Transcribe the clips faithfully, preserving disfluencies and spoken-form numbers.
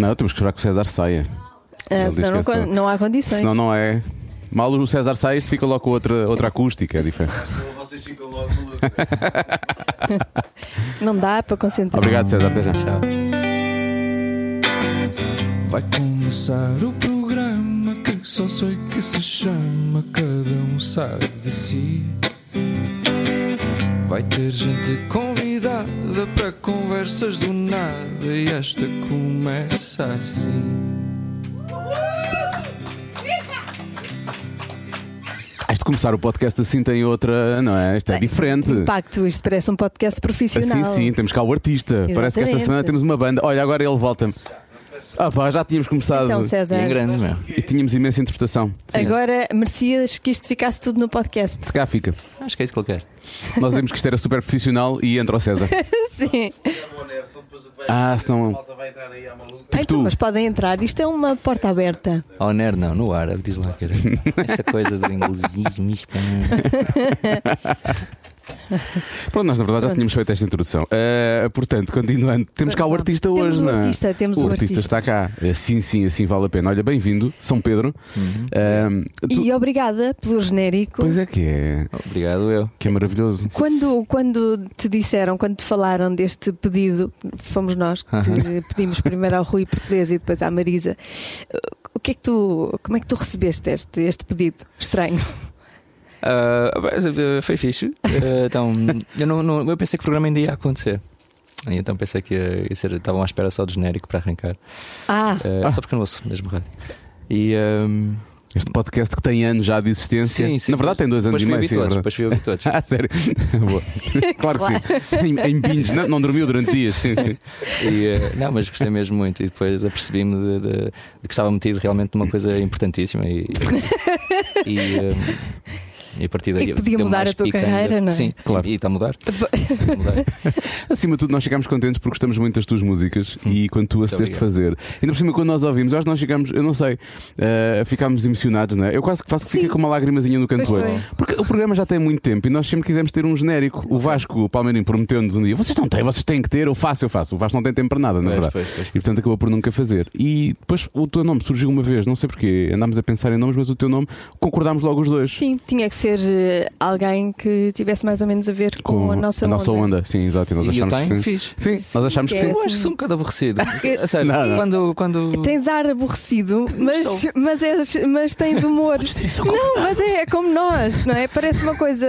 Não, temos que esperar que o César saia. Ah, senão não, só... não há condições. Senão não é. Mal o César sai, isto fica logo com outra, outra acústica, é diferente. Vocês ficam logo malucos. Não dá para concentrar. Obrigado, César. Até já. Tchau. Vai começar o programa que só sei que se chama Cada Um Sabe de Si. Vai ter gente convidada para conversas do nada e esta começa assim. Este começar o podcast assim tem outra, não é? Isto é diferente. Impacto, isto parece um podcast profissional. Assim sim, temos cá o artista. Exatamente. Parece que esta semana temos uma banda. Olha, agora ele volta-me. Ah pá, já tínhamos começado. Então, César, É grande mesmo. E tínhamos imensa interpretação. agora merecias que isto ficasse tudo no podcast. Se cá fica. Acho que é isso que ele quer. Nós dizemos que isto era super profissional e entra o César. Sim. Ah, senão- A malta vai entrar aí à maluca. Então, tu. mas podem entrar, isto é uma porta aberta. Oh, nerd, não, no ar, diz lá que era. Essa coisa do inglesismo. Pronto, nós na verdade já Pronto. tínhamos feito esta introdução. Uh, portanto, continuando, temos cá o artista Temos hoje, o não é? artista, temos o o artista artista. está cá. Sim, sim, assim vale a pena. Olha, bem-vindo, São Pedro. Uh, tu- E obrigada pelo genérico. Pois é que é, Obrigado, eu. que é maravilhoso. Quando, quando te disseram, quando te falaram deste pedido, fomos nós que pedimos primeiro ao Rui Português e depois à Marisa. O que é que tu, como é que tu recebeste este, este pedido estranho? Uh, foi fixe. Uh, então, eu, não, não- eu pensei que o programa ainda ia acontecer. E então pensei que ia, ia ser. Estavam à espera só do genérico para arrancar. Ah, Uh, Ah. Só porque eu não ouço mesmo rádio. E. um, Este podcast que tem anos já de existência. Sim, sim. Na verdade tem dois anos depois e fui meio. ouvir Sim, é todos. verdade. Depois fui ouvir todos. Ah, sério? Boa. Claro que sim. Em, em binge, não, não dormiu durante dias. Sim, sim. E, uh, não, mas gostei mesmo muito. E depois apercebi-me de, de- de que estava metido realmente numa coisa importantíssima. E. e, um, e a partir daí E podia deu mudar mais a tua pica ainda. carreira, não é? Sim, Claro. E está a mudar. Está a mudar. Acima de tudo, nós ficámos contentes porque gostamos muito das tuas músicas e quando tu acedeste a obrigado. fazer. Ainda por cima, quando nós ouvimos, eu acho que nós ficámos, eu não sei, uh, ficámos emocionados, não é? Eu quase que faço que Sim. fica com uma lagrimazinha no canto do Pois olho. foi. Porque o programa já tem muito tempo e nós sempre quisemos ter um genérico. O Vasco, o Palmeirinho, prometeu-nos um dia: vocês não têm, vocês têm que ter, eu faço, eu faço. O Vasco não tem tempo para nada, na Pois, verdade. pois, pois. E portanto acabou por nunca fazer. E depois o teu nome surgiu uma vez, não sei porquê. Andámos a pensar em nomes, mas o teu nome concordámos logo os dois. sim, tinha que ser eh, alguém que tivesse mais ou menos a ver com, a nossa onda. Sim, exato. E nós E eu achámos tenho, que sim. fiz. Sim, nós achámos que É sim. Eu acho assim. que sou um bocado aborrecido. A sério, Nada. quando. quando... Tens ar aborrecido, mas, mas, és, mas tens humor. Não, mas é como nós, não é? Parece uma coisa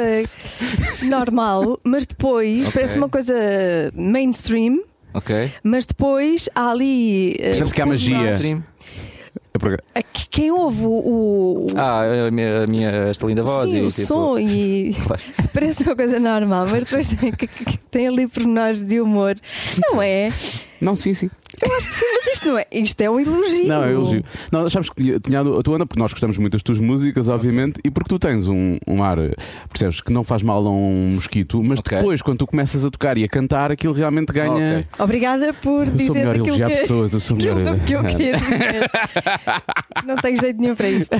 normal, mas depois Ok. parece uma coisa mainstream, Ok. mas depois há ali. eh, Percebes que há magia. Stream. É porque- a- que- Quem ouve o. o Ah, a minha, a minha esta linda voz sim, e o tipo, som e Claro. parece uma coisa normal, mas depois tem, que- que- tem ali pormenores de humor, não é? Não, sim, sim. Eu acho que sim, mas isto não é. Isto é um elogio. Não, eu elogio. Não, achámos que tinha, tinha a tua onda, porque nós gostamos muito das tuas músicas, obviamente, e porque tu tens um, um ar, percebes, que não faz mal a um mosquito, mas Ok. depois, quando tu começas a tocar e a cantar, aquilo realmente ganha. Ok. Obrigada por Eu sou dizer melhor a aquilo elogiar que, pessoas, eu sou melhor aquilo a- que eu queria dizer. Não tenho jeito nenhum para isto.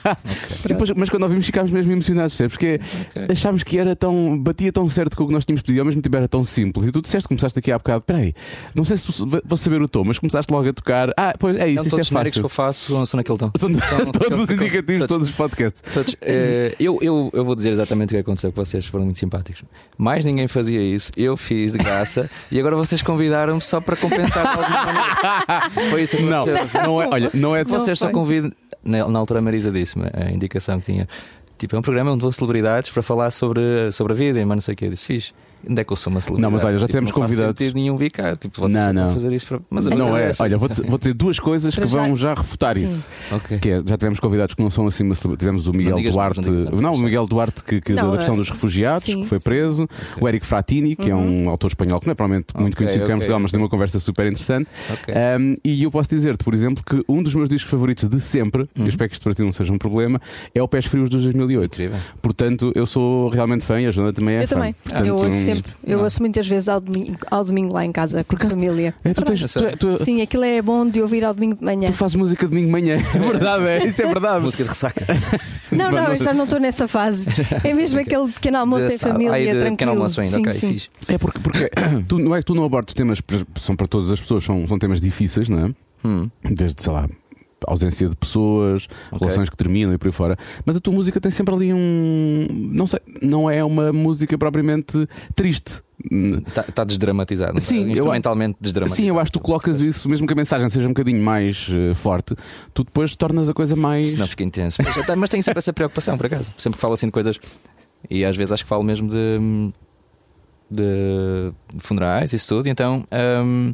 E depois, mas quando ouvimos ficámos mesmo emocionados, percebes? Porque Ok. achámos que era tão. batia tão certo com o que nós tínhamos pedido, ao mesmo tempo era tão simples. E tu disseste, começaste aqui há bocado, peraí, não sei se tu- vou saber o tom, mas começaste logo a tocar. Ah, pois é isso, Não, isto todos é os genéricos fácil. que eu faço são, são naquele tom. São São- todos os todos- indicativos de todos. todos os podcasts. Todos, eh, eu, eu, eu vou dizer exatamente o que aconteceu com vocês, foram muito simpáticos. Mais ninguém fazia isso, eu fiz de graça e agora vocês convidaram-me só para compensar de alguma maneira. Foi isso que Não, aconteceu. não é, olha, não é. Vocês só foi. convidam. Na, na altura a Marisa disse-me a indicação que tinha. Tipo, é um programa onde vou celebridades para falar sobre, sobre a vida, mas não sei o que. Eu disse, fiz. Onde é que eu sou uma celebridade? Não, mas olha, já tipo, temos não faz convidados. sentido nenhum vir cá. Tipo, vocês Não, já estão não. a fazer isto para. Mas a Não verdade é. essa. Olha, vou, vou dizer duas coisas que Para já- vão já refutar Sim. isso. Ok. Que é, já tivemos convidados que não são assim, mas tivemos o Miguel digas Duarte. nomes, não digas nomes, Não, o não Miguel Duarte que, que Não, da questão é- dos refugiados, sim, que foi sim. preso. O Eric Fratini, que é um autor espanhol que não é provavelmente muito Ok, conhecido cá em ok, Portugal, mas ok. tem uma conversa super interessante. Ok. Um, e eu posso dizer-te, por exemplo, que um dos meus discos favoritos de sempre, Uhum. e eu espero que isto para ti não seja um problema, é o Pés Frios dos dois mil e oito. Incrível. Portanto, eu sou realmente fã e a Joana também é Eu fã. também. Portanto, eu ouço um- sempre. Eu Não. ouço muitas vezes ao domingo, ao domingo lá em casa, com a família. É, tu, tens, Verdade, tu, é- tu- Sim, aquilo é bom de ouvir ao domingo de manhã. tu fazes música domingo de manhã, é verdade, é, isso é verdade. Música de ressaca. Não, não, eu já não estou nessa fase. É mesmo aquele pequeno almoço em De- família, ah, e de tranquilo. pequeno almoço ainda, Sim, ok, sim. fixe. É porque, porque tu, não é que tu não abordes temas, são para todas as pessoas, são, são temas difíceis, não é? Hum. Desde, sei lá, ausência de pessoas, Ok. relações que terminam e por aí fora. Mas a tua música tem sempre ali um. Não sei, não é uma música propriamente triste. Está tá desdramatizado. Sim, eu- instrumentalmente desdramatizado. Sim, eu acho que tu colocas isso, mesmo que a mensagem seja um bocadinho mais eh, forte, tu depois tornas a coisa mais. Senão fica intenso. Mas, mas tenho sempre essa preocupação, por acaso. Sempre que falo assim de coisas. E às vezes acho que falo mesmo de. de funerais e isso tudo. Então. hum,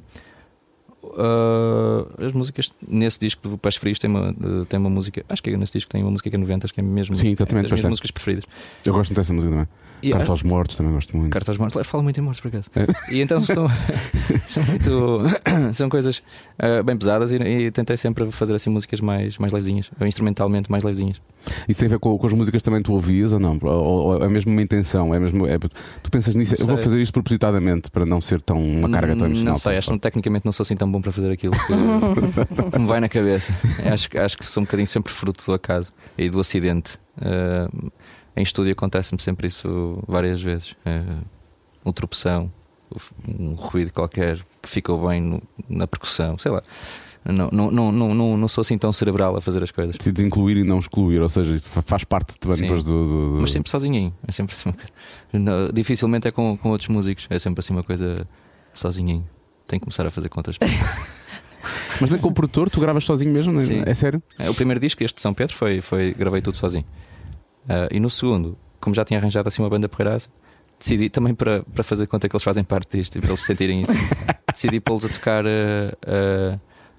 uh, as músicas nesse disco do Pés Frios tem uma, uh, tem uma música. Acho que é nesse disco tem uma música que é noventa, acho que é mesmo. Sim, exatamente, é das minhas bastante. músicas preferidas. Eu gosto muito dessa música também. E, Carta aos Mortos também gosto muito. Carta aos Mortos, falo muito em mortos por acaso. É. E então são, são muito. São coisas uh, bem pesadas e, e tentei sempre fazer assim músicas mais, mais levezinhas, ou instrumentalmente mais levezinhas. Isso tem a ver com, com as músicas que também tu ouvias ou não? Ou, ou é mesmo uma intenção? É mesmo, é, tu pensas nisso, Não eu vou sei. fazer isto propositadamente para não ser tão uma carga tão emocional. Não sei, acho que tecnicamente não sou assim tão bom para fazer aquilo que, que me vai na cabeça. Acho, que- acho que sou um bocadinho sempre fruto do acaso e do acidente. Uh, em estúdio acontece-me sempre isso várias vezes. Uh, uma tropeção, um ruído qualquer que ficou bem no- na percussão, sei lá. Não, não, não, não, não, não sou assim tão cerebral a fazer as coisas. Se desincluir e não excluir, ou seja, isso fa- faz parte também Sim. depois do. do- do- Mas sempre sozinho. É sempre assim uma coisa. Não, dificilmente é com, com outros músicos. É sempre assim uma coisa sozinho. Tenho que começar a fazer com outras pessoas. Mas nem com o produtor, tu gravas sozinho mesmo? não é? Sim. É sério? É, o primeiro disco, este de São Pedro, foi, foi gravei tudo sozinho. Ah, e no segundo, como já tinha arranjado assim uma banda porreiraça, decidi também para, para fazer conta que eles fazem parte disto e para eles se sentirem isso, decidi pô-los a tocar ah, ah,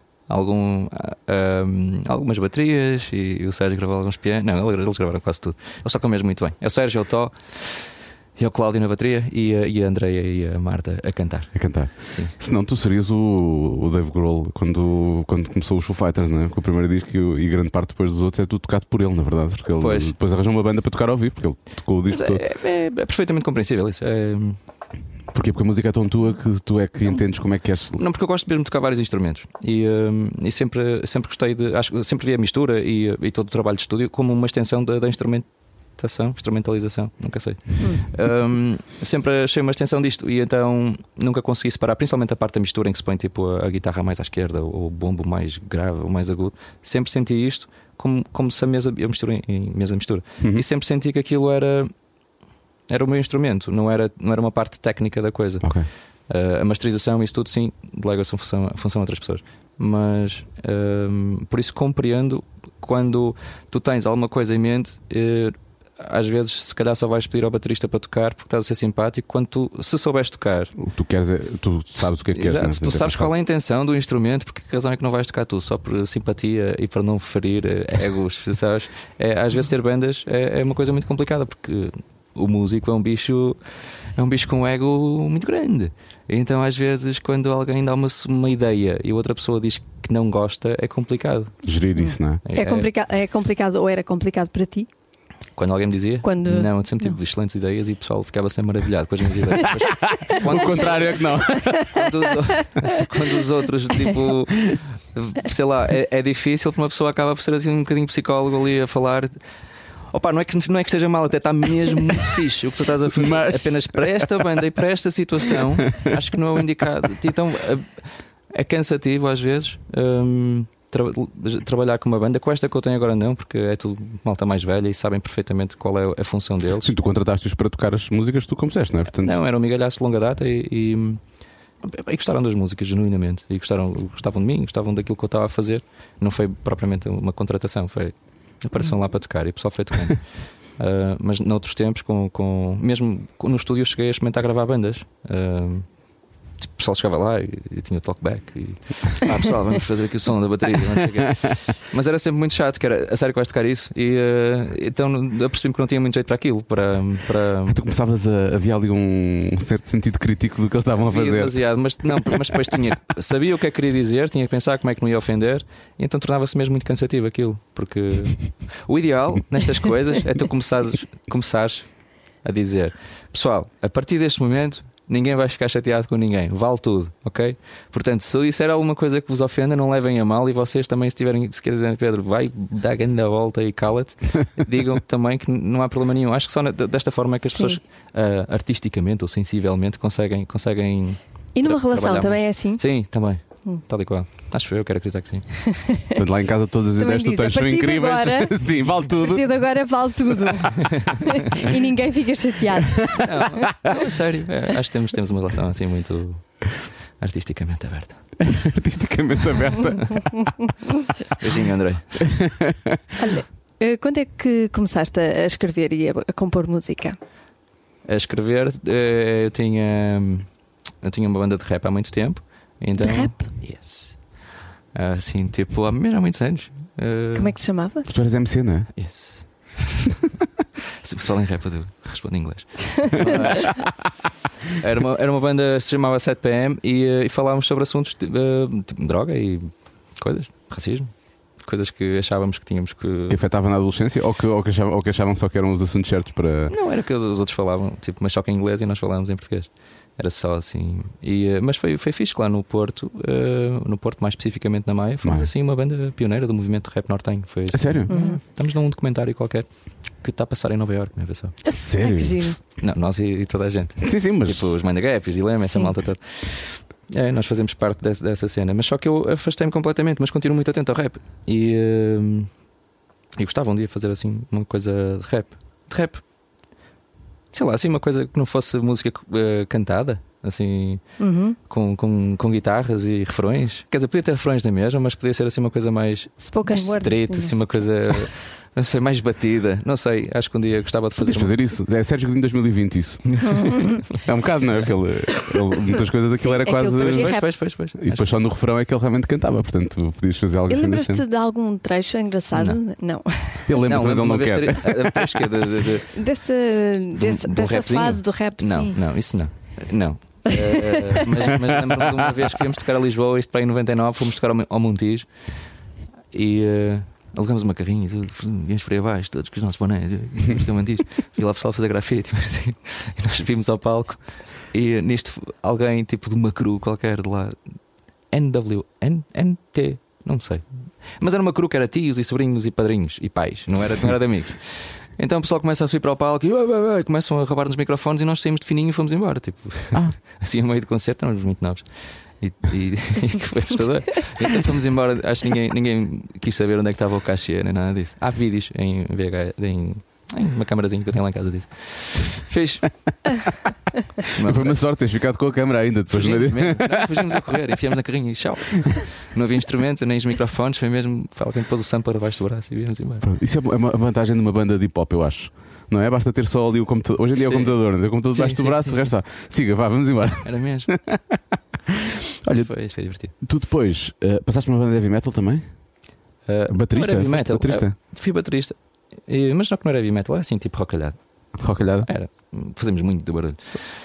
algum, ah, ah, algumas baterias e, e o Sérgio gravou alguns pianos. Não, eles gravaram quase tudo. Eles tocam mesmo muito bem. É o Sérgio, é o Tó e é o Cláudio na bateria e a, e a Andreia e a Marta a cantar. A cantar. Sim. Senão tu serias o, o Dave Grohl quando, quando começou os Foo Fighters, não é? Com o primeiro disco e, o- e grande parte depois dos outros é tudo tocado por ele, na verdade. Porque ele Pois. depois arranjou uma banda para tocar ao vivo, porque ele tocou o Mas disco todo. é, é, é perfeitamente compreensível isso. É, Porquê? Porque a música é tão tua que tu é que entendes como é que queres. Não, porque eu gosto mesmo de tocar vários instrumentos e, hum, e sempre, sempre gostei de. Acho, sempre vi a mistura e, e todo o trabalho de estúdio como uma extensão da, da instrumentação, instrumentalização, nunca sei. Hum, sempre achei uma extensão disto e então nunca consegui separar, principalmente a parte da mistura em que se põe tipo a, a guitarra mais à esquerda ou o bombo mais grave ou mais agudo. Sempre senti isto como, como se a mesa, eu misturo em, em mesa de mistura Uhum. e sempre senti que aquilo era. Era o meu instrumento, não era, não era uma parte técnica da coisa. Ok. Uh, a masterização, isso tudo, sim, delega-se a função, a função a outras pessoas. Mas um, por isso compreendo quando tu tens alguma coisa em mente, uh, às vezes, se calhar, só vais pedir ao baterista para tocar porque estás a ser simpático. Quando tu, se souberes tocar, O que tu queres é. Tu sabes o que é que queres. exato, não é? tu sabes qual é a intenção do instrumento, porque que razão é que não vais tocar tu, só por simpatia e para não ferir uh, egos, sabes? É, às vezes, ter bandas é, é uma coisa muito complicada porque o músico é um bicho, é um bicho com um ego muito grande. Então, às vezes, quando alguém dá uma, uma ideia e outra pessoa diz que não gosta, é complicado. Gerir isso, não é? É, complica é complicado ou era complicado para ti? Quando alguém me dizia, Quando- não, eu sempre tive Não. excelentes ideias e o pessoal ficava sempre maravilhado com as minhas ideias. Mas, quando, O contrário é que não. quando, os, quando os outros, tipo, sei lá, é, é difícil porque uma pessoa acaba por ser assim um bocadinho psicólogo ali a falar. Opa, não é, que, não é que esteja mal, até está mesmo muito fixe o que tu estás a fazer. Mas- Apenas para esta banda e para esta situação, acho que não é o indicado. Então é, é cansativo às vezes hum, tra trabalhar com uma banda. Com esta que eu tenho agora, não, porque é tudo malta mais velha e sabem perfeitamente qual é a função deles. Sim, tu contrataste-os para tocar as músicas que tu compuseste, não é? Portanto, Não, era um migalhaço de longa data e, e, e gostaram das músicas, genuinamente. E gostaram, gostavam de mim, gostavam daquilo que eu estava a fazer. Não foi propriamente uma contratação, foi. Apareceram lá para tocar e o pessoal foi tocando. Uh, mas noutros tempos, com, com, mesmo no estúdio, eu cheguei a experimentar gravar bandas. Uh, tipo, o pessoal chegava lá e, e tinha talkback. E, ah, pessoal, vamos fazer aqui o som da bateria. Não sei o quê. Mas era sempre muito chato, que era a sério que vais tocar isso. E uh, então eu percebi-me que não tinha muito jeito para aquilo. Para, para... Ah, tu começavas a. Havia ali um, um certo sentido crítico do que eles estavam a Havia fazer. demasiado, mas, não, mas depois tinha, sabia o que é que queria dizer, tinha que pensar como é que não ia ofender, e então tornava-se mesmo muito cansativo aquilo. Porque o ideal nestas coisas é tu começares, começares a dizer: pessoal, a partir deste momento ninguém vai ficar chateado com ninguém, vale tudo, ok? Portanto, se eu disser alguma coisa que vos ofenda, não levem a mal, e vocês também, se tiverem, se quiserem, Pedro, vai dar grande a volta e cala-te, digam também que não há problema nenhum. Acho que só desta forma é que as Sim. pessoas uh, artisticamente ou sensivelmente conseguem, conseguem E numa Tra- relação trabalhar também é assim? Sim, também. Tal e qual. Acho eu, quero acreditar que sim. Portanto, lá em casa todas as Também ideias que tu diz, tens a são partir de incríveis. agora- Sim, vale A tudo. partir de agora vale tudo. E ninguém fica chateado. Não, não, sério. É, acho que temos, temos uma relação assim muito artisticamente aberta. Artisticamente aberta. Beijinho, André. Olha, eh, quando é que começaste a escrever e a, a compor música? A escrever, eh, eu tinha eu tinha uma banda de rap há muito tempo. Então, De rap? Yes. Assim, tipo, há mesmo há muitos anos. Eh, Como é que se chamava? Tu eras M C, não é? Yes. Se o pessoal em rap, eu respondo em inglês. Era uma, era uma banda que se chamava sete P M e, eh, e falávamos sobre assuntos de, eh, tipo droga e coisas, racismo, coisas que achávamos que tínhamos que. Que afetava na adolescência ou que, ou, que achavam, ou que achavam só que eram os assuntos certos para. Não, era que os outros falavam, tipo, mas só que em inglês e nós falávamos em português. Era só assim. E, eh, mas foi, foi fixe, claro, no Porto, eh, no Porto, mais especificamente na Maia, fomos Maia. assim uma banda pioneira do movimento de rap nortenho. Foi assim. A sério? Uhum. Estamos num documentário qualquer que está a passar em Nova Iorque, mesmo só. A Ai, sério? que giro. Não, nós e, e toda a gente. Sim, sim, mas. Tipo os Mind the Gap, os Dilema, essa Sim. malta toda. É, nós fazemos parte dessa, dessa cena. Mas só que eu afastei-me completamente, mas continuo muito atento ao rap. E, hum, e gostava um dia de fazer assim uma coisa de rap. De rap. Sei lá, assim uma coisa que não fosse música uh, cantada, assim, Uhum. com, com, com guitarras e refrões. Quer dizer, podia ter refrões na mesma, mas podia ser assim uma coisa mais Spoken word. street, assim uma coisa, não sei, mais batida. Não sei, acho que um dia gostava de fazer. Podias fazer isso. É Sérgio Godinho dois mil e vinte isso. É um bocado, não é? Aquele, ele- muitas coisas aquilo Sim, era aquilo quase. parecia Pois, rap. pois, pois, pois. E depois só no refrão é que ele realmente cantava. Portanto, podias fazer algo E assim. lembras-te desse de algum trecho engraçado? Não. Ele lembra-se, mas ele não uma vez quer. ter- a- trecho que é de- de- de- Dessa, dessa, de um dessa rapzinho? fase do rap, Não, sim. não, isso não. Não. Eh, mas mas lembro-me de uma vez que viemos tocar a Lisboa, isto para aí em noventa e nove, fomos tocar ao, ao Montijo e eh, alugamos uma carrinha e tudo, viemos por aí abaixo, todos com os nossos bonés, e fomos ao Montijo. E lá o pessoal a fazer grafite. Assim, e nós vimos ao palco e eh, nisto alguém tipo de uma crew qualquer de lá, N W, N, N T, não sei. Mas era uma crew que era tios e sobrinhos e padrinhos e pais, não era, não era de amigos. Então o pessoal começa a subir para o palco e ué, ué, ué, começam a roubar nos microfones e nós saímos de fininho e fomos embora. Tipo, Ah. assim, a meio do concerto, éramos muito novos. E, e, e foi assustador. Então fomos embora. Acho que ninguém, ninguém quis saber onde é que estava o cachê, nem nada disso. Há vídeos em V H, em, em uma câmarazinha que eu tenho lá em casa disso. Fiz. Foi uma sorte, tens ficado com a câmera ainda. Depois não é? Fugimos, mesmo, não, fugimos a correr, enfiamos na carrinha e tchau. Não havia instrumentos, nem os microfones, foi mesmo. Alguém pôs o sampler debaixo do braço e viemos embora. Pronto, isso é uma vantagem de uma banda de hip hop, eu acho. Não é? Basta ter só ali o computador. Hoje em dia é o Sim. computador, não é? O computador Sim, debaixo do sim, braço, sim, o resto está. Siga, vá, vamos embora. Era mesmo. Olha, foi, foi divertido. tu depois uh, passaste por uma banda de heavy metal também? Uh, Baterista? não era heavy Foste metal. baterista? Uh, fui baterista. E- mas não que não era heavy metal, era assim tipo rockalhado. Rockalhada? Era. Fazemos muito do barulho.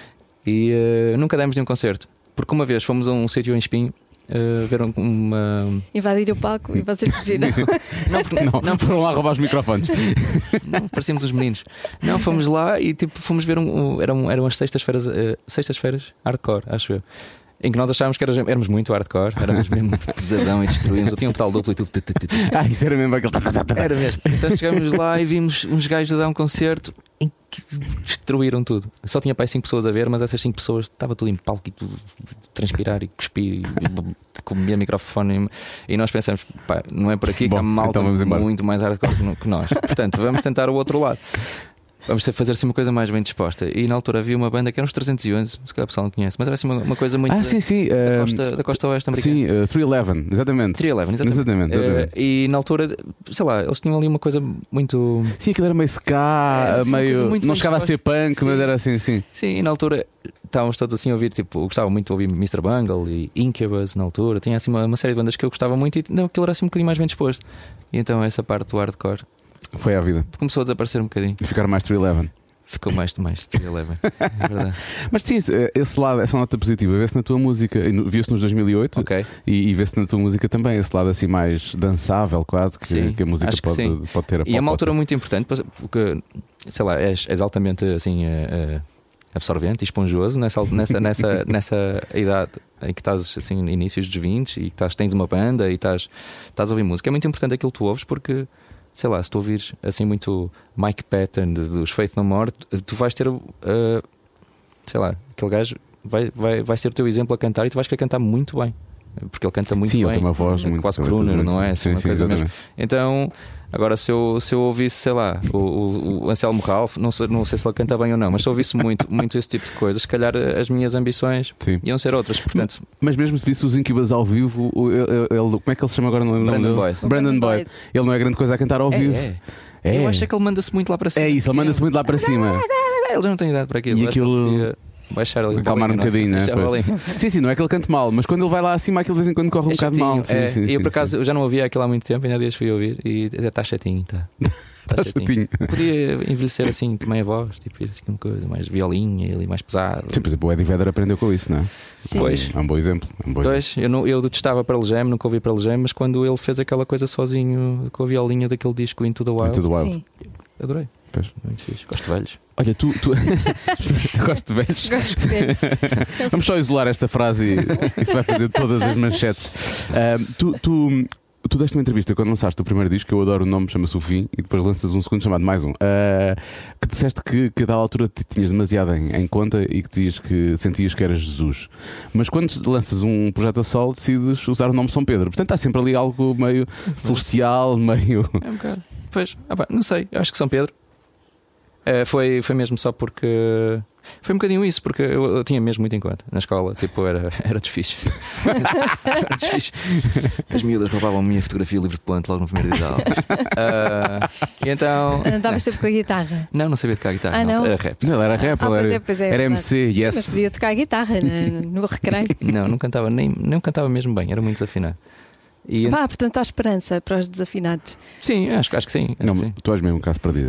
E uh, nunca demos nenhum concerto. Porque uma vez fomos a um sítio em Espinho uh, ver um- uma. Invadir o palco e vocês fugiram. Não, porque- Não, não foram lá roubar os microfones. não, parecíamos uns meninos. Não, fomos lá e tipo fomos ver um. um- eram, eram as sextas-feiras, uh, sextas-feiras hardcore, acho eu. Em que nós achávamos que éramos, éramos muito hardcore, éramos mesmo pesadão e destruímos. Eu tinha um pedal duplo e tudo. tu, tu, tu, tu. Ah, isso era mesmo aquele. Era mesmo. Então chegamos lá e vimos uns gajos a dar um concerto em que destruíram tudo. Só tinha para aí cinco pessoas a ver, mas essas cinco pessoas estava tudo em palco e tudo transpirar e cuspir e comia microfone. E nós pensamos, pá, não é por aqui que Bom, há malta então vamos embora. muito mais hardcore que- que nós. Portanto, vamos tentar o outro lado. Vamos ter que fazer assim uma coisa mais bem disposta. E na altura havia uma banda que era uns trezentos e onze, se calhar o pessoal não conhece, mas era assim uma, uma coisa muito Ah, da, sim, sim. da, uh, costa, da costa oeste americana. sim, uh, trezentos e onze, exatamente. trezentos e onze, exatamente. Exatamente, exatamente. Eh, e na altura, sei lá, eles tinham ali uma coisa muito. Sim, aquilo era meio ska, Era assim uma meio. coisa muito Não bem chegava a ser punk, Sim. mas era assim, sim. Sim, e na altura estávamos todos assim a ouvir, tipo, eu gostava muito de ouvir mister Bungle e Incubus na altura. Tinha assim uma, uma série de bandas que eu gostava muito e não, aquilo era assim um bocadinho mais bem disposto. E então essa parte do hardcore Foi à vida. começou a desaparecer um bocadinho. E ficar mais trezentos e onze. Ficou mais de mais trezentos e onze. É verdade. Mas sim, esse- esse lado, essa nota positiva, vê-se na tua música. E no- Viu-se nos dois mil e oito Ok. e, e vê-se na tua música também, esse lado assim mais dançável, quase, que, Sim, que a música acho que pode, sim. pode ter. E é uma pode altura ter. muito importante porque, sei lá, és, és altamente assim eh, eh, absorvente e esponjoso nessa, nessa, nessa, nessa idade em que estás assim, inícios dos vinte e que estás, tens uma banda e estás, estás a ouvir música. É muito importante aquilo que tu ouves porque, sei lá, se tu ouvires assim muito Mike Patton de- dos Faith No More, tu, tu vais ter, uh, sei lá, aquele gajo vai, vai, vai ser o teu exemplo a cantar e tu vais querer cantar muito bem. porque ele canta muito sim, bem. Ele tem uma voz muito quase muito, crooner, muito, não é? Sim, uma sim, coisa mesmo. exatamente. Então, agora se eu, se eu ouvisse, sei lá, o, o, o Anselmo Ralph, não sei, não sei se ele canta bem ou não, mas se eu ouvisse muito, muito esse tipo de coisas, se calhar as minhas ambições Sim. iam ser outras. Portanto, Mas mesmo se visse os Incubus ao vivo, o- ele, ele- como é que ele se chama agora? Não lembro o nome Brandon dele. Boyd. Brandon Brandon Boyd. Boyd. Ele não é grande coisa a cantar ao é, vivo. é. É. Eu acho é que ele manda-se muito lá para cima. É isso, ele manda-se muito lá para cima. Ele já não tem idade para aquilo. E Acho que ele aquilo- podia baixar ali Acalmar um bolinho, bocadinho, não é? né? Baixar a Pois. bolinha. Sim, sim, não é que ele cante mal, mas quando ele vai lá acima, aquilo de vez em quando corre um É bocado chatinho, mal. Sim, é. sim, E eu sim, por acaso sim. eu já não ouvia aquilo há muito tempo, ainda há dias fui ouvir e até está chatinho. Está Tá chatinho. Podia envelhecer assim também a voz, tipo, ir assim uma coisa mais violinha ali, mais pesado. Sim, por exemplo, o Eddie Vedder aprendeu com isso, não é? Sim. Pois. É um bom exemplo. É um bom exemplo. Dois, eu, não, eu detestava Pearl Jam, nunca ouvi Pearl Jam, mas quando ele fez aquela coisa sozinho com a violinha daquele disco Into the Wild, Into the Wild. Sim. adorei. Pois. Muito fixe, gosto de velhos. Olha, tu. tu... Gosto de velhos. Gosto de ver. Vamos só isolar esta frase e isso vai fazer todas as manchetes. Ah, tu, tu, tu deste uma entrevista quando lançaste o primeiro disco, que eu adoro o nome, chama-se O Fim, e depois lanças um segundo chamado Mais Um. Ah, que disseste que, que a dada altura te tinhas demasiado em, em conta e que dizias que sentias que eras Jesus. Mas quando lanças um projeto a solo, decides usar o nome São Pedro. Portanto, há sempre ali algo meio celestial, meio. É um bocado. Pois, ah, pá, não sei, acho que São Pedro. Eh, foi, foi mesmo só porque. Foi um bocadinho isso, porque eu, eu tinha mesmo muito em conta na escola. Tipo, era, era desfixe. Era desfixe. As miúdas roubavam a minha fotografia livre de ponto logo no primeiro dia de aulas. Ah, e então. Andavas sempre com a guitarra. Não, não sabia tocar guitarra. Ah, não? Era rap. Não, ele era rap, Ah, ele pois era, é, pois é, era verdade. M C, Sim, yes. mas podia tocar guitarra no, no recreio. Não, não cantava nem não cantava mesmo bem, era muito desafinado. E, Pá, portanto há esperança para os desafinados. sim, acho, acho que sim. Acho Não, que sim. tu és mesmo um caso perdido.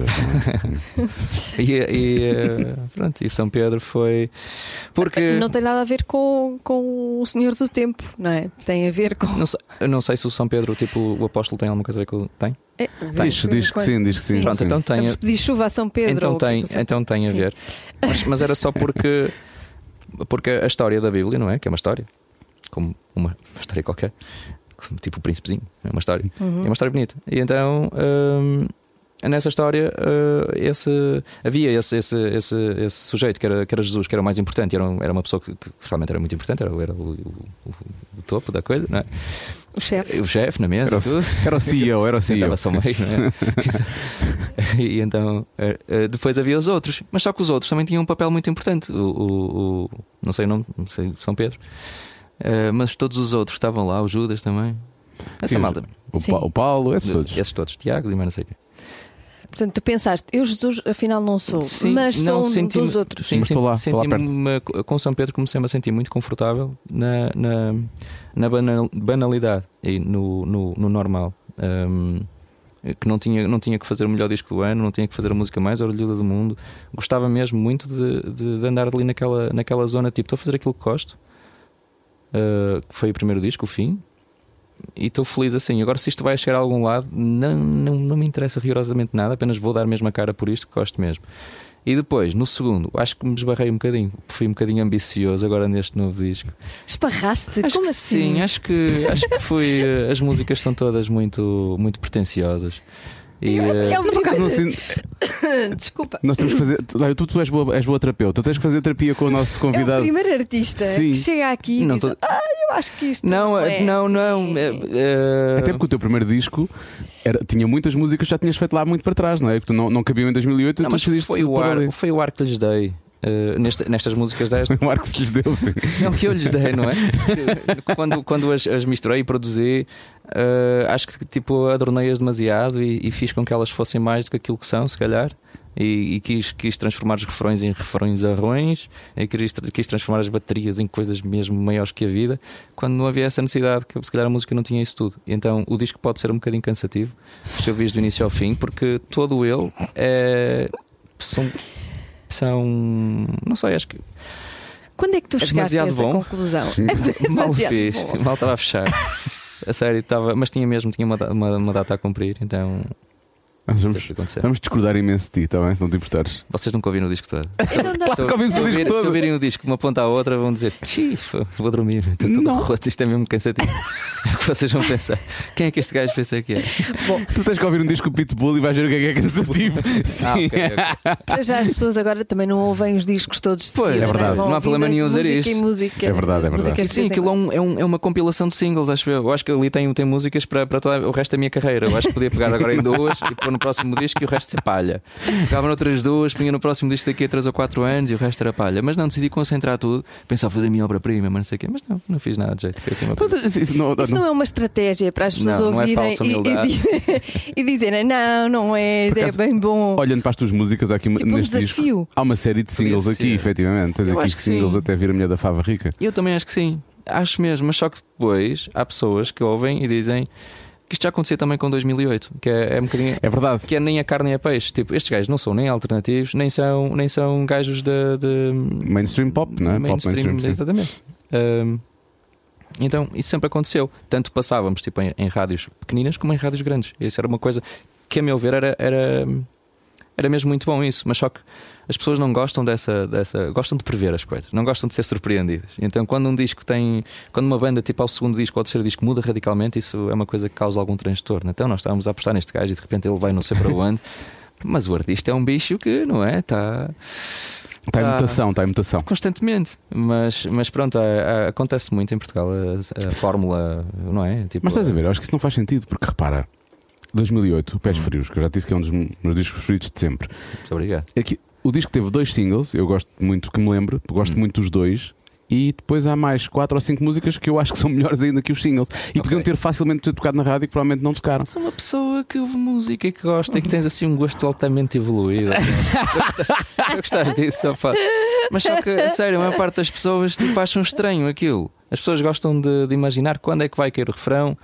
E, e, eh, pronto, e São Pedro foi porque Não tem nada a ver com, com o Senhor do Tempo, não é? Tem a ver com. não sei, eu não sei se o São Pedro, tipo, o apóstolo tem alguma coisa a ver com o tem. É, Diz, diz que sim, diz que sim. Pronto, então tem. Vamos pedir chuva a São Pedro. Então ou tem, o São- então tem a Sim. ver. Mas, mas era só porque porque a história da Bíblia, não é? Que é uma história, como uma, uma história qualquer, como tipo o príncipezinho, é uma história. Uhum. É uma história bonita. E então, hum, nessa história, uh, esse, havia esse, esse, esse, esse sujeito que era, que era Jesus, que era o mais importante, era, um- era uma pessoa que, que realmente era muito importante, era, era o, o- o- o topo da coisa, não é? O chefe. O chefe na mesa, Era o, e tudo. era o C E O, era o C E O. Sentava-se ao meio, não é? E então, eh, eh, depois havia os outros, mas só que os outros também tinham um papel muito importante. O, o- o- não sei o nome, não sei, São Pedro. Eh, mas todos os outros estavam lá, o Judas também. Essa Sim, malta. O, Sim. Pa- o Paulo, esses todos. Esses todos, Tiagos e mais não sei o quê. Portanto, tu pensaste, eu Jesus afinal não sou, mas sou um senti-me- dos outros. Sim, Mas estou lá, estou lá senti-me com São Pedro, comecei-me a sentir muito confortável na, na, na banal- banalidade e no, no, no normal. Um, que não tinha, não tinha que fazer o melhor disco do ano, não tinha que fazer a música mais orgulhosa do mundo. Gostava mesmo muito de, de, de andar ali naquela, naquela zona, tipo, estou a fazer aquilo que gosto. Uh, que foi o primeiro disco, o Fim. E estou feliz assim. Agora, se isto vai chegar a algum lado, não, não, não me interessa rigorosamente nada, apenas vou dar mesmo a cara por isto, que gosto mesmo. E depois, no segundo, acho que me esbarrei um bocadinho, fui um bocadinho ambicioso agora neste novo disco. Esparraste? Acho Como que assim? sim, acho que, acho que fui. eh, As músicas são todas muito, muito pretenciosas. E, eh, É o Por acaso não sinto- Desculpa. Nós temos que fazer. Olha, tu, tu és, boa, és boa terapeuta, tens que fazer terapia com o nosso É o convidado. primeiro artista Sim. que chega aqui e Não diz: tô- Ah, eu acho que isto não, não, eh, é não, assim." não. eh, eh, Até porque o teu primeiro disco era- tinha muitas músicas que já tinhas feito lá muito para trás, não é? Que tu não, não cabiam em dois mil e oito, não, tu mas decidiste foi o, pôr ar, ali. foi o ar que lhes dei. eh, neste- nestas músicas desta. O ar que se lhes deu, sim. Não, que eu lhes dei, não é? Que Quando, quando as, as misturei e produzi, eh, acho que tipo adornei-as demasiado e, e fiz com que elas fossem mais do que aquilo que são, se calhar. E, e quis, quis transformar os refrões em refrões arrões, e quis, quis transformar as baterias em coisas mesmo maiores que a vida, quando não havia essa necessidade, que se calhar a música não tinha isso tudo. E então o disco pode ser um bocadinho cansativo se eu vis do início ao fim, porque todo ele é. São. são não sei, acho que. Quando é que tu É chegaste a demasiado essa bom. conclusão? É Mal demasiado fiz, bom. mal estava a fechar. A sério, estava, mas tinha mesmo tinha uma, da- uma, uma data a cumprir, então Vamos, vamos discordar imenso de ti, está bem? Se não te importares. Vocês nunca ouviram o disco todo? Claro que ouvimos o disco todo. Se ouvirem o disco de uma ponta à outra, vão dizer: vou dormir, estou todo roto, isto é mesmo cansativo. É o que vocês vão pensar. Quem é que este gajo pensa que é? Bom, tu tens que ouvir um disco do Pitbull e vais ver o que é que é cansativo. Sim. Ah, okay, okay. Para já as pessoas agora também não ouvem os discos todos de pois, seguida, é verdade. Não, é? Não há problema nenhum usar música isto. E música, é verdade, é verdade. Sim, aquilo é, um, é, um, é uma compilação de singles, acho eu. Eu acho que ali tem, tem músicas para, para todo o resto da minha carreira. Eu acho que podia pegar agora em duas e pôr no próximo disco e o resto ser palha. Pegava noutras duas, punha no próximo disco daqui a três ou quatro anos e o resto era palha. Mas não, decidi concentrar tudo, pensava fazer a minha obra-prima, mas não sei o quê. Mas não, não fiz nada de jeito. Foi assim uma mas, isso, não, isso não é uma estratégia para as pessoas não, ouvirem não é e, e, e dizerem não, não é, acaso, é bem bom. Olhando para as tuas músicas, há aqui tipo neste um disco, há uma série de singles aqui, efetivamente. Tens eu aqui singles sim. até vir a mulher da Fava Rica. Eu também acho que sim. Acho mesmo, mas só que depois há pessoas que ouvem e dizem que isto já acontecia também com dois mil e oito, que é, é um bocadinho. É verdade. Que é nem a carne nem a peixe. Tipo, estes gajos não são nem alternativos, nem são, nem são gajos de, de mainstream pop, não é? Mainstream, pop mainstream, exatamente. Um, então, isso sempre aconteceu. Tanto passávamos tipo, em, em rádios pequeninas como em rádios grandes. Isso era uma coisa que, a meu ver, era, era, era mesmo muito bom isso. Mas só que as pessoas não gostam dessa, dessa. Gostam de prever as coisas, não gostam de ser surpreendidas. Então, quando um disco tem. Quando uma banda, tipo ao segundo disco ou ao terceiro disco, muda radicalmente, isso é uma coisa que causa algum transtorno. Então, nós estávamos a apostar neste gajo e de repente ele vai não sei para onde. Mas o artista é um bicho que, não é? Está. Está em mutação, está em mutação. Constantemente. Mas, mas pronto, a, a, acontece muito em Portugal a, a fórmula, não é? Tipo, mas estás a ver, eu acho que isso não faz sentido, porque repara, dois mil e oito, o Pés Frios, que eu já disse que é um dos meus discos preferidos de sempre. Muito obrigado. Aqui, o disco teve dois singles, eu gosto muito, que me lembro, gosto hum. muito dos dois. E depois há mais quatro ou cinco músicas que eu acho que são melhores ainda que os singles. E okay. podiam ter facilmente ter tocado na rádio e que provavelmente não tocaram. Sou uma pessoa que ouve música e que gosta e que tens assim um gosto altamente evoluído. Eu gostas disso, opa. Mas só que, a sério, a maior parte das pessoas tipo, acham estranho aquilo. As pessoas gostam de, de imaginar quando é que vai cair o refrão.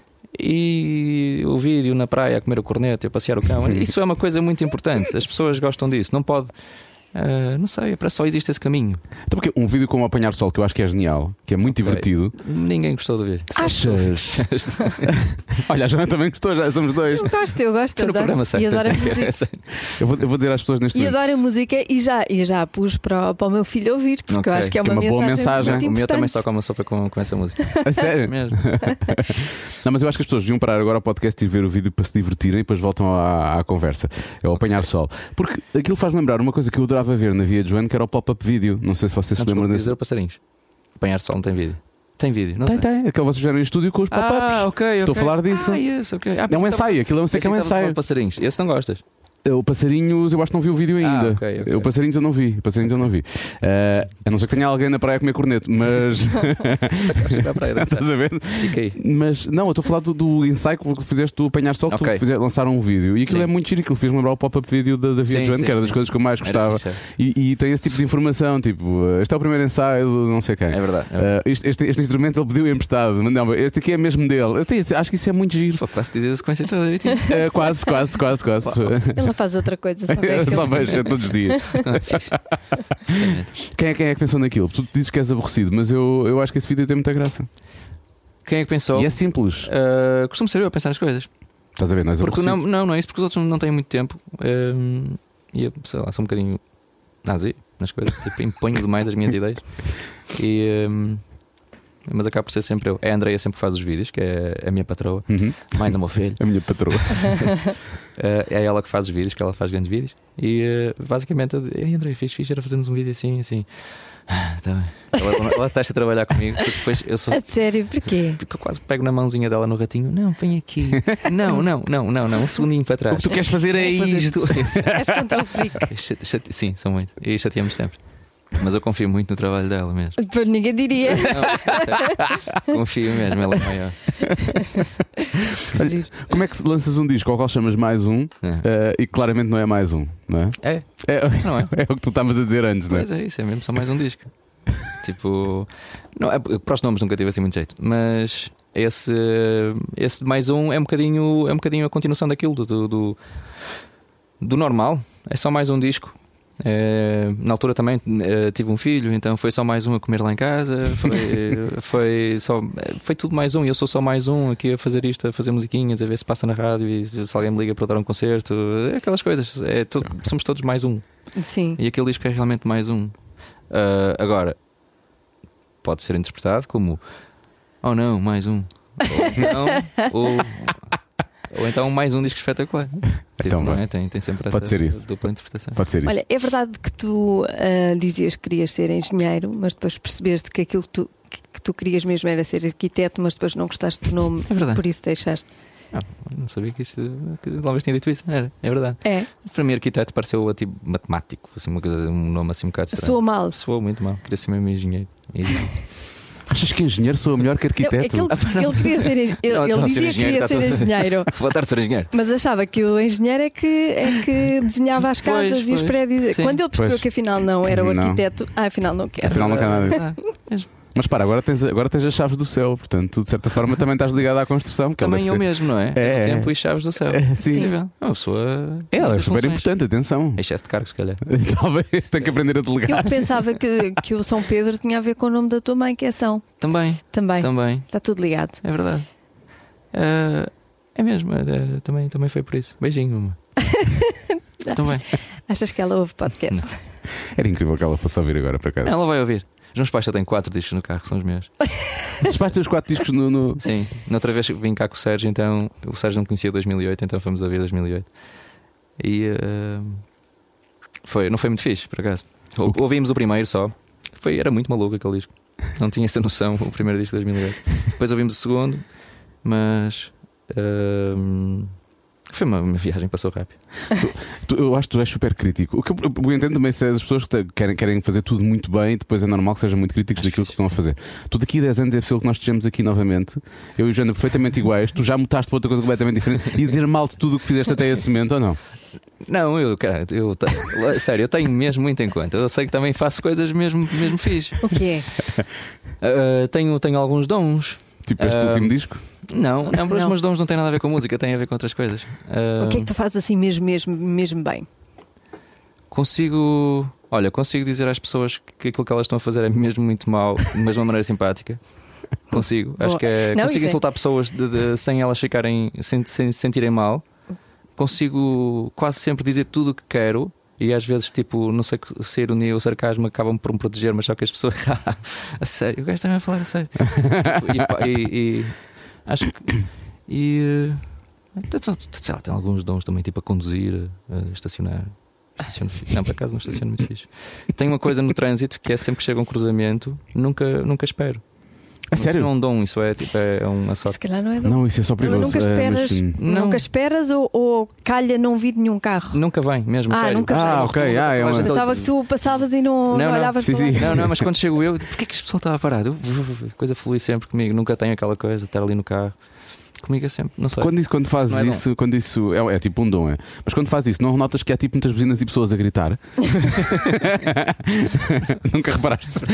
E o vídeo na praia a comer o corneto e a passear o cão. Isso é uma coisa muito importante. As pessoas gostam disso. Não pode... Uh, não sei, para só existe esse caminho. Então, porque um vídeo como Apanhar Sol, que eu acho que é genial, que é muito okay. divertido. Ninguém gostou de ver. Achas? Olha, a Joana também gostou, já somos dois. Eu gosto, eu gosto. Estou no programa certo. E adoro a música. eu, vou, eu vou dizer às pessoas neste E momento. adoro a música e já, e já pus para, para o meu filho ouvir, porque okay. eu acho que é uma, que é uma mensagem boa mensagem. muito o meu também só come a sopa com, com essa música. A sério? Mesmo. Não, mas eu acho que as pessoas deviam parar agora o podcast e ver o vídeo para se divertirem e depois voltam à, à conversa. É o Apanhar Sol. Porque aquilo faz lembrar uma coisa que eu adorava ver na Via de Joana, que era o pop-up vídeo. Não sei se vocês não, se lembram desse. Passarinhos. Apanhar Sol não tem vídeo. Tem vídeo, não tem? Tem, tem. Aquele vocês fizeram em estúdio com os pop-ups. Ah, ok, ok. Estou a falar disso. Ah, yes, okay. ah, é um ensaio, aquilo é um, sei que é um ensaio. Passarinhos. Esse não gostas? O Passarinhos, eu acho que não vi o vídeo ainda. Ah, okay, okay. O Passarinhos eu não vi. O Passarinhos eu não vi. Uh, a não ser que tenha alguém na praia a comer corneto, mas. Estás a ver? Fiquei. Mas não, eu estou a falar do, do ensaio que fizeste do Apanhar Sol, que okay. tu fizeste, lançaram um vídeo. E aquilo sim. é muito giro. Aquilo fez lembrar o pop-up vídeo da, da Via Joana, que era das sim. coisas que eu mais gostava. E, e tem esse tipo de informação, tipo, este é o primeiro ensaio do não sei quem. É verdade. É verdade. Uh, este, este, este instrumento ele pediu emprestado. Mas não, este aqui é mesmo dele. Eu tenho, acho que isso é muito giro. Pô, quase dizer a sequência toda direitinho. Uh, quase, quase, quase, quase. Ela faz outra coisa. Eu só vejo todos os dias. quem, é, quem é que pensou naquilo? Tu dizes que és aborrecido, mas eu, eu acho que esse vídeo tem muita graça. Quem é que pensou? E é simples. Uh, costumo ser eu a pensar nas coisas. Estás a ver? Não és porque aborrecido. não, não, não é isso, porque os outros não têm muito tempo. Um, e eu, sei lá, sou um bocadinho nazi nas coisas. Tipo, imponho demais as minhas ideias. E. Um, mas acaba por ser sempre eu. É a Andreia sempre que faz os vídeos, que é a minha patroa, uhum. mãe do meu filho. A minha patroa. É ela que faz os vídeos, que ela faz grandes vídeos. E basicamente, ei Andreia, fiz fixe, era fazermos um vídeo assim, assim. Ah, tá bem. Ela, ela está a trabalhar comigo, porque depois eu sou. A sério, porquê? Porque eu quase pego na mãozinha dela no ratinho. Não, põe aqui. Não, não, não, não, não. Um segundinho para trás. O que tu queres fazer é isto. És contra o freak. Sim, sou muito. E chateamos sempre. Mas eu confio muito no trabalho dela mesmo. Depois ninguém diria. Não, confio mesmo, ela é maior. Olha, como é que lanças um disco ao qual chamas mais um é. uh, e claramente não é mais um, não é? É, é, não é? É o que tu estavas a dizer antes, pois não é? Pois é, isso é mesmo, só mais um disco. Tipo, não, é, para os nomes nunca tive assim muito jeito, mas esse, esse mais um é um bocadinho, é um bocadinho a continuação daquilo, do, do, do normal. É só mais um disco. Eh, na altura também eh, tive um filho, então foi só mais um a comer lá em casa. Foi, foi, só, foi tudo mais um. E eu sou só mais um aqui a fazer isto, a fazer musiquinhas, a ver se passa na rádio e se alguém me liga para dar um concerto. Aquelas coisas. É, todo, somos todos mais um. Sim. E aquele disco é realmente mais um. Uh, agora, pode ser interpretado como: oh não, mais um. Ou não, ou, ou então mais um disco espetacular. Então, Tipo, não é? tem, tem sempre pode essa ser isso. dupla interpretação. Pode ser isso. Olha, é verdade que tu uh, dizias que querias ser engenheiro, mas depois percebeste que aquilo que tu, que tu querias mesmo era ser arquiteto, mas depois não gostaste do nome, É verdade. por isso deixaste. Ah, não sabia que isso que talvez tinha dito isso. Era, é verdade. É, Para mim, arquiteto pareceu tipo matemático, assim, uma coisa, um nome assim um bocado estranho. soa mal. Soou muito mal. Queria ser mesmo engenheiro. E- Achas que engenheiro soa melhor que Não, é que arquiteto? ele, ele queria ser, en- ele, Não, ele então, ser dizia que engenheiro queria está ser tudo- engenheiro, Vou estar a ser engenheiro. mas achava que o engenheiro é que, é que desenhava as Pois, casas e os pois. prédios. Sim. Quando ele percebeu Pois. que afinal não era o Não. arquiteto, ah, afinal não quero. Afinal não quer nada disso. Ah, mesmo. Mas para, agora tens, agora tens as chaves do céu, portanto, tu de certa forma também estás ligado à construção. Que Também ele eu deve mesmo, não é? É, O é. tempo e chaves do céu. É, sim. Incrível. Uma pessoa. ser. Ela é muitas super funções. importante, atenção. Excesso de cargo, se calhar. Talvez tem que aprender a delegar. Eu pensava que, que o São Pedro tinha a ver com o nome da tua mãe, que é São. Também, Também. também. Está tudo ligado. É verdade. Ah, é mesmo, é, também, também foi por isso. Beijinho, mamãe. Também. Achas que ela ouve podcast? Era incrível que ela fosse ouvir agora para cá. Ela vai ouvir. Os meus pais já têm quatro discos no carro, são os meus. Despaste os quatro discos no. no... Sim. Na outra vez vim cá com o Sérgio, então o Sérgio não conhecia dois mil e oito, então fomos ouvir dois mil e oito. E ah, foi, não foi muito fixe, por acaso. Ou- Ouvimos o primeiro só. Foi, era muito maluco aquele disco. Não tinha essa noção, o primeiro disco de dois mil e oito. Depois ouvimos o segundo, mas ah, foi uma, uma viagem que passou rápido. Tu- eu acho que tu és super crítico. O que eu, eu entendo também se é das pessoas que te- querem, querem fazer tudo muito bem e depois é normal que sejam muito críticos Acho daquilo que fixe, estão a fazer. Tu daqui a dez anos é possível que nós estejamos aqui novamente, eu e o Joana perfeitamente iguais, tu já mutaste para outra coisa completamente diferente e dizer mal de tudo o que fizeste até esse momento ou não? Não, eu, cara, eu tenho, sério, eu tenho mesmo muito em conta. Eu sei que também faço coisas mesmo, mesmo fixe. O que é? Ah, tenho, tenho alguns dons. Tipo este Ah, último disco? Não, não, mas os Não. meus dons não têm nada a ver com música, têm a ver com outras coisas. Ah, O que é que tu fazes assim mesmo, mesmo, mesmo bem? Consigo, olha, consigo dizer às pessoas que aquilo que elas estão a fazer é mesmo muito mau, mas de uma maneira simpática. Consigo, acho Boa. que é. Não, Consigo isso é- insultar pessoas de- de- sem elas ficarem, sem, sem se sentirem mal. Consigo quase sempre dizer tudo o que quero. E às vezes, tipo, não sei se a ironia ou o sarcasmo acabam por me proteger, mas só que as pessoas. A sério, o gajo também a falar a sério. Tipo, e, pá, e- e acho que. E. eh, Sei lá, tem alguns dons também, tipo a conduzir, a estacionar. Estaciono fi- Não, por acaso não estaciono muito fixe. Tem uma coisa no trânsito que é sempre que chega um cruzamento, nunca, nunca espero. A Isso sério? não é um dom, isso é, tipo, é uma Se sorte. calhar não é dom. Não, isso é só perigoso. Nunca É, esperas, mas, hum, Não. nunca esperas ou, ou calha não vir nenhum carro? Nunca vem, mesmo, Ah, sério. nunca vem. Ah, Uma ok, rotunda, ah, é toda a uma- gente- Pensava que tu passavas e não, Não, não não. olhavas Sim, para sim. lá. Não, não, mas quando chego eu, porquê é que este pessoal estava parado? Eu, a coisa flui sempre comigo, nunca tenho aquela coisa de estar ali no carro. Comigo é sempre, não sei. Quando, isso, quando fazes Não é dom. isso, quando isso é, é tipo um dom, é. Mas quando fazes isso, não notas que há tipo muitas buzinas e pessoas a gritar? Nunca reparaste? Se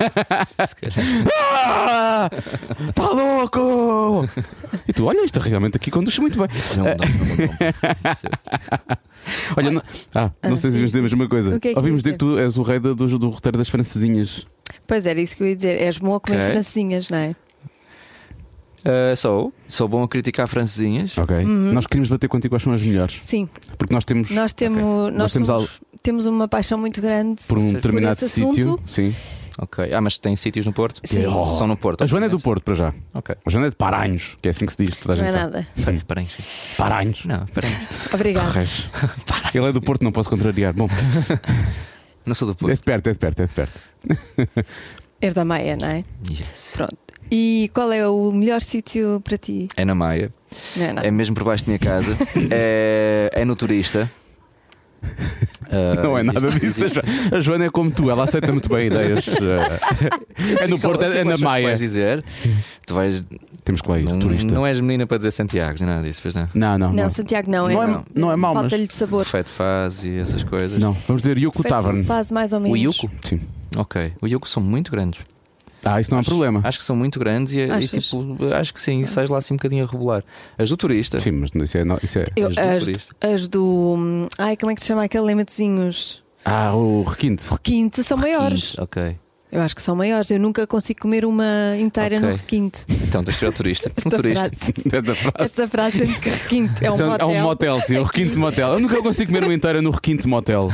calhar. Está louco! E tu, olha, isto realmente aqui conduz muito bem. Não, não, não, não. Isso é- Olha, não, ah, não sei se vamos dizer a mesma coisa. O que é que Ouvimos quer dizer que tu és o rei da- do, do roteiro das francesinhas. Pois era isso que eu ia dizer. És bom a comer Ok. francesinhas, não é? Uh, sou, sou bom a criticar francesinhas. Ok? Nós queríamos bater contigo quais são as melhores. Sim, Porque nós temos, nós temos, nós Nós temos somos- temos uma paixão muito grande por um Por determinado esse sítio. assunto. Sim. Ok. Ah, mas tem sítios no Porto? Sim. Oh. São no Porto. A Joana é do obviamente. Porto, para já. Ok. A Joana é de Paranhos, que é assim que se diz, toda a Não gente é sabe. nada. Parem, parem. Paranhos. Não, parem. Obrigada. Reis. Ele é do Porto, não posso contrariar. Bom, Não sou do é Porto. de perto, é de perto, é de perto. És da Maia, não é? Yes. Pronto. E qual é o melhor sítio para ti? É na Maia. Não é nada. É mesmo por baixo da minha casa. É, é no Turista. Ah, Não é existe- nada disso. existe- A Joana é como tu, ela aceita muito bem ideias. É no Porto, Eu sei é o que na os teus Maia. vais dizer. Tu vais. Temos que ler, Não, turista. não és menina para dizer Santiago, nem nada disso, pois não. Não, não. Não, Não, Santiago não, Não é, é- não é mau, mas- falta-lhe de sabor. Feito faz e essas coisas. não. Vamos dizer Yuko Feito Tavern. Faz mais ou O menos. Yuko? Sim. Ok. O Yuko são muito grandes. Ah, isso não é um Acho- problema. Acho que são muito grandes e, e Achas? tipo, acho que sim, sais lá assim um bocadinho a rebolar. As do turista. Sim, mas isso é. Isso é... Eu- As do as, turista. as do. hum, Ai, como é que se chama aquele lê-matozinhos? Ah, o requinte. Requinte são maiores. Quinze, ok. Eu acho que são maiores. Eu nunca consigo comer uma inteira Ok. no requinte. Então tens que ir ao turista. Um Esta turista. frase, Esta frase. esta frase de que requinte é um Isso motel. é um motel, sim, o requinte motel. Eu nunca consigo comer uma inteira no requinte motel.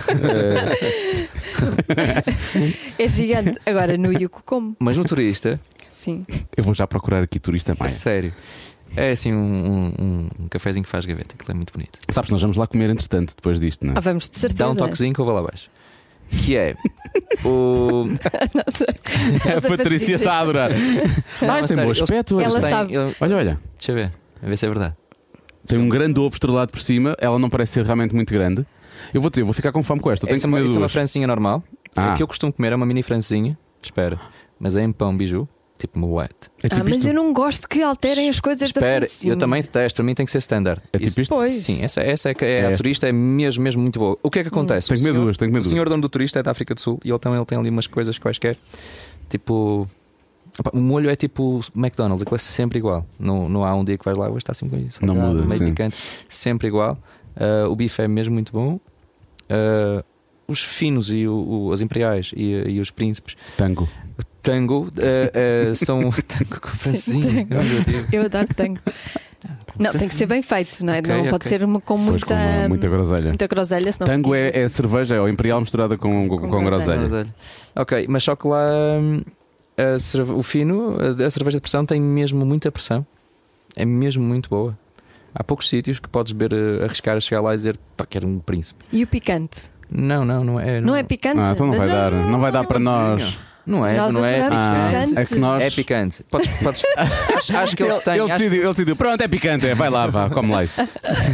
É gigante. Agora no Yuko como? Mas no turista, Sim. Eu vou já procurar aqui turista a Maia. sério, é assim um, um, um, um cafezinho que faz gaveta. Aquilo é muito bonito. Sabes, nós vamos lá comer entretanto, depois disto, não é? Ah, vamos de certeza. Dá um toquezinho que eu vou lá abaixo. Que é o. A Patrícia está a adorar. Ah, a tem bom sério, aspecto. Ela olha. Tem- sabe. eu- Olha, olha. Deixa eu ver, a ver se é verdade. Tem um grande ovo estrelado por cima. Ela não parece ser realmente muito grande. Eu vou dizer, vou ficar com fome com esta. Eu tenho Essa que é uma, comer isso é uma duas. francinha normal. Ah. O que eu costumo comer é uma mini francinha. Espera, mas é em pão biju, tipo moete. É Ah, tipo mas isto. eu não gosto que alterem as coisas da Espera, francinha. eu também detesto. Para mim tem que ser standard. É tipo Isso- isto? Pois. Sim, essa, essa é, que é, É a esta. turista é mesmo, mesmo muito boa. O que é que acontece? Tenho que O comer senhor- duas, tenho que comer O duas. senhor dono do turista é da África do Sul e ele tem, ele tem ali umas coisas quaisquer. Tipo. Opa, o molho é tipo McDonald's, aquilo é sempre igual. Não, não há um dia que vais lá, hoje está assim com isso. Não salgado, muda, meio sim. picante, sempre igual. Ah, o bife é mesmo muito bom. Ah, os finos e o- o- as imperiais e, e os príncipes. Tango. Tango ah, ah, são. Tango com francinha. tango. Oh, meu Deus. Eu adoro tango. Não, tem que ser bem feito, não é? Ok, não ok. pode ser uma com Pois muita, com uma- muita groselha. muita groselha. Senão Tango fica é, irritante. é cerveja, é o imperial misturada com, com, Com com groselha. groselha. Groselha. Ok, mas só que lá hum, a cerve- o fino, a, a cerveja de pressão tem mesmo muita pressão. É mesmo muito boa. Há poucos sítios que podes beber, eh, arriscar a chegar lá e dizer pá, quero um príncipe. E o picante? Não, não, não é. Não é picante? Ah, então não vai dar, não vai dar para nós. Não é, Nós não é adoramos Ah, picante. é que nós. É picante. Podes, podes, acho, acho que eles Ele, têm. ele acho- decidiu, ele decidiu, pronto, é picante, é, vai lá, vá, come lá isso.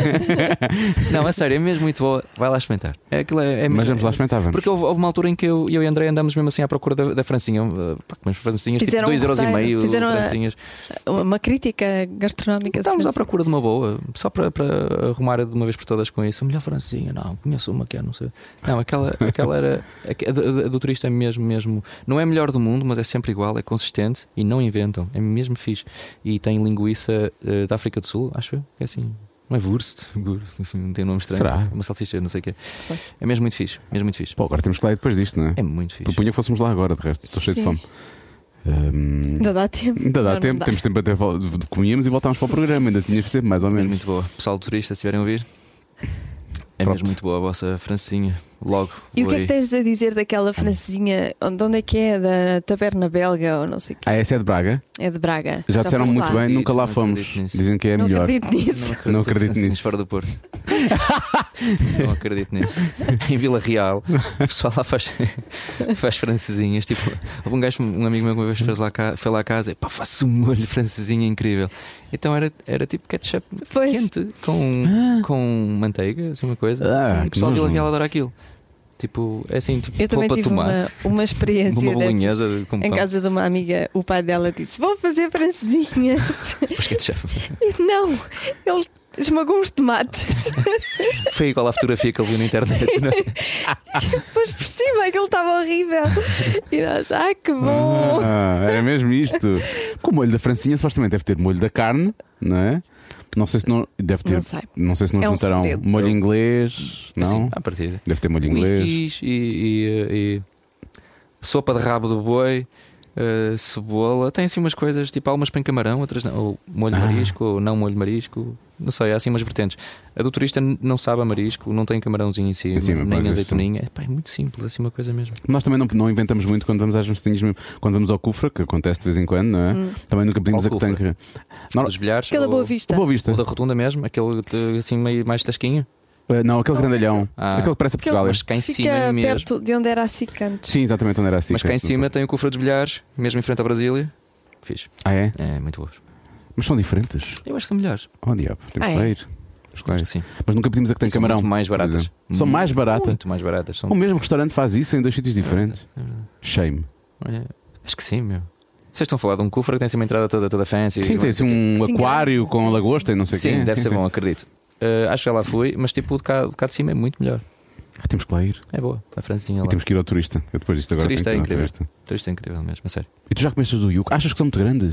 Não, a sério, é mesmo muito boa. Vai lá experimentar. É, aquilo é, é Mas mesmo- vamos lá experimentar, vamos. Porque houve, houve uma altura em que eu, eu e André andamos mesmo assim à procura da, da francinha. Uh, pá, umas francinhas tipo Fizeram um dois euros e roteiro, meio. fizeram a- francinhas. Uma crítica gastronómica. de Estávamos à França. procura de uma boa, só para, para arrumar de uma vez por todas com isso. A melhor francinha, não, conheço uma que é, não sei. Não, aquela, aquela era. A, do- a do turista é mesmo, mesmo. Não é a melhor do mundo, mas é sempre igual, é consistente e não inventam. É mesmo fixe. E tem linguiça uh, da África do Sul, acho eu. É assim. Não é Wurst, Wurst, assim, não tem nome estranho. Será? Uma salsicha, não sei o quê. Sei. É mesmo muito fixe. Mesmo muito fixe. Pô, agora temos que lá ir depois disto, não é? É muito fixe. Propunha que fôssemos lá agora, de resto, estou cheio de Sim. fome. Ahm, Ainda dá tempo. Ainda dá Não, não tempo, dá. temos tempo até vol- comíamos e voltámos para o programa, ainda tinhas tempo, mais ou Mesmo menos. muito boa. Pessoal do turista, se estiverem a ouvir, é Pronto. mesmo muito boa a vossa francinha. Logo. E o que é vou que aí. tens a dizer daquela francesinha? Onde, onde é que é? Da taberna belga ou não sei o quê? Ah, essa é de Braga? É de Braga. Já disseram foste muito lá? bem, nunca lá Não fomos. acredito nisso. Dizem que é Não melhor. acredito nisso. Não acredito em francinhas nisso. fora do Porto. Não acredito nisso. Em Vila Real, o pessoal lá faz, faz francesinhas. Tipo, houve um gajo, um amigo meu, uma vez fez lá, ca- foi lá a casa e pá, faço um molho de francesinha incrível. Então era, era tipo ketchup Pois. quente com, com manteiga, assim uma coisa. Ah, e o pessoal de que Vila nojo. Real adora aquilo. Tipo, é assim, tipo, Eu também polpa de tive uma, tomate, uma experiência uma dessas. bolonhesa com Em pão. casa de uma amiga, o pai dela disse: vou fazer francesinhas. Depois ketchup. E não, ele esmagou uns tomates. Foi igual à fotografia que ele viu na internet, não é? Depois por cima, aquilo estava horrível. E nós, ai que bom. Ah, era mesmo isto. Com o molho da francinha, supostamente deve ter molho da carne, não é? Não sei se não. Deve ter. Não sei. Não sei se não É um juntarão segredo. molho inglês. Não? Assim, à partida. Deve ter molho inglês. Whiskies e, e, e sopa de rabo de boi, eh, cebola. Tem assim umas coisas, tipo algumas para camarão, outras não. Ou molho Ah. marisco, ou não molho marisco. Não sei, há assim umas vertentes. A do turista n- não sabe a marisco, não tem camarãozinho em cima, Em cima, nem pois, azeitoninha. É, pá, é muito simples, assim uma coisa mesmo. Nós também não, não inventamos muito quando vamos às festinhas mesmo. Quando vamos ao Cufra, que acontece de vez em quando, não é? Hum. Também nunca pedimos a Qual que tem Cufra? que. Não, Dos bilhares. Aquela ou, Boa Vista. o Boa Vista. ou da rotunda mesmo, aquele de- assim meio mais tasquinho. Eh, Não, aquele grandalhão. Ah. Aquele que parece a Aquele- Portugal. Mas cá em Fica cima mesmo. perto de onde era a SIC antes. Sim, exatamente onde era assim. Mas cá em cima tem o Cufra dos Bilhares, mesmo em frente à Brasília. Fixe. Ah, é? É muito boas. Mas são diferentes. Eu acho que são melhores. Oh, diabo, temos Ah, que lá é? ir. Temos que lá ir. Acho que sim. Mas nunca pedimos a que tem E são camarão. muito mais por baratas. exemplo. São mais baratas. Muito mais baratas. São... O mesmo restaurante faz isso em dois sítios diferentes. É verdade. Shame. Olha, acho que sim, meu. Vocês estão a falar de um Cufra que tem assim uma entrada toda, toda fancy. Sim, tem assim um Sim, aquário sim, com sim. lagosta e não sei o quê. Sim, deve Sim, ser sim. bom, acredito. Uh, acho que já lá fui, mas tipo o de cá, o de cá de cima é muito melhor. Ah, temos que lá ir. É boa, a francinha E lá. temos que ir ao turista. Eu depois disto agora Turista tenho é que ir ao incrível. turista. Isto é incrível mesmo, a sério. E tu já comeste as do Yuco? Achas que são muito grandes?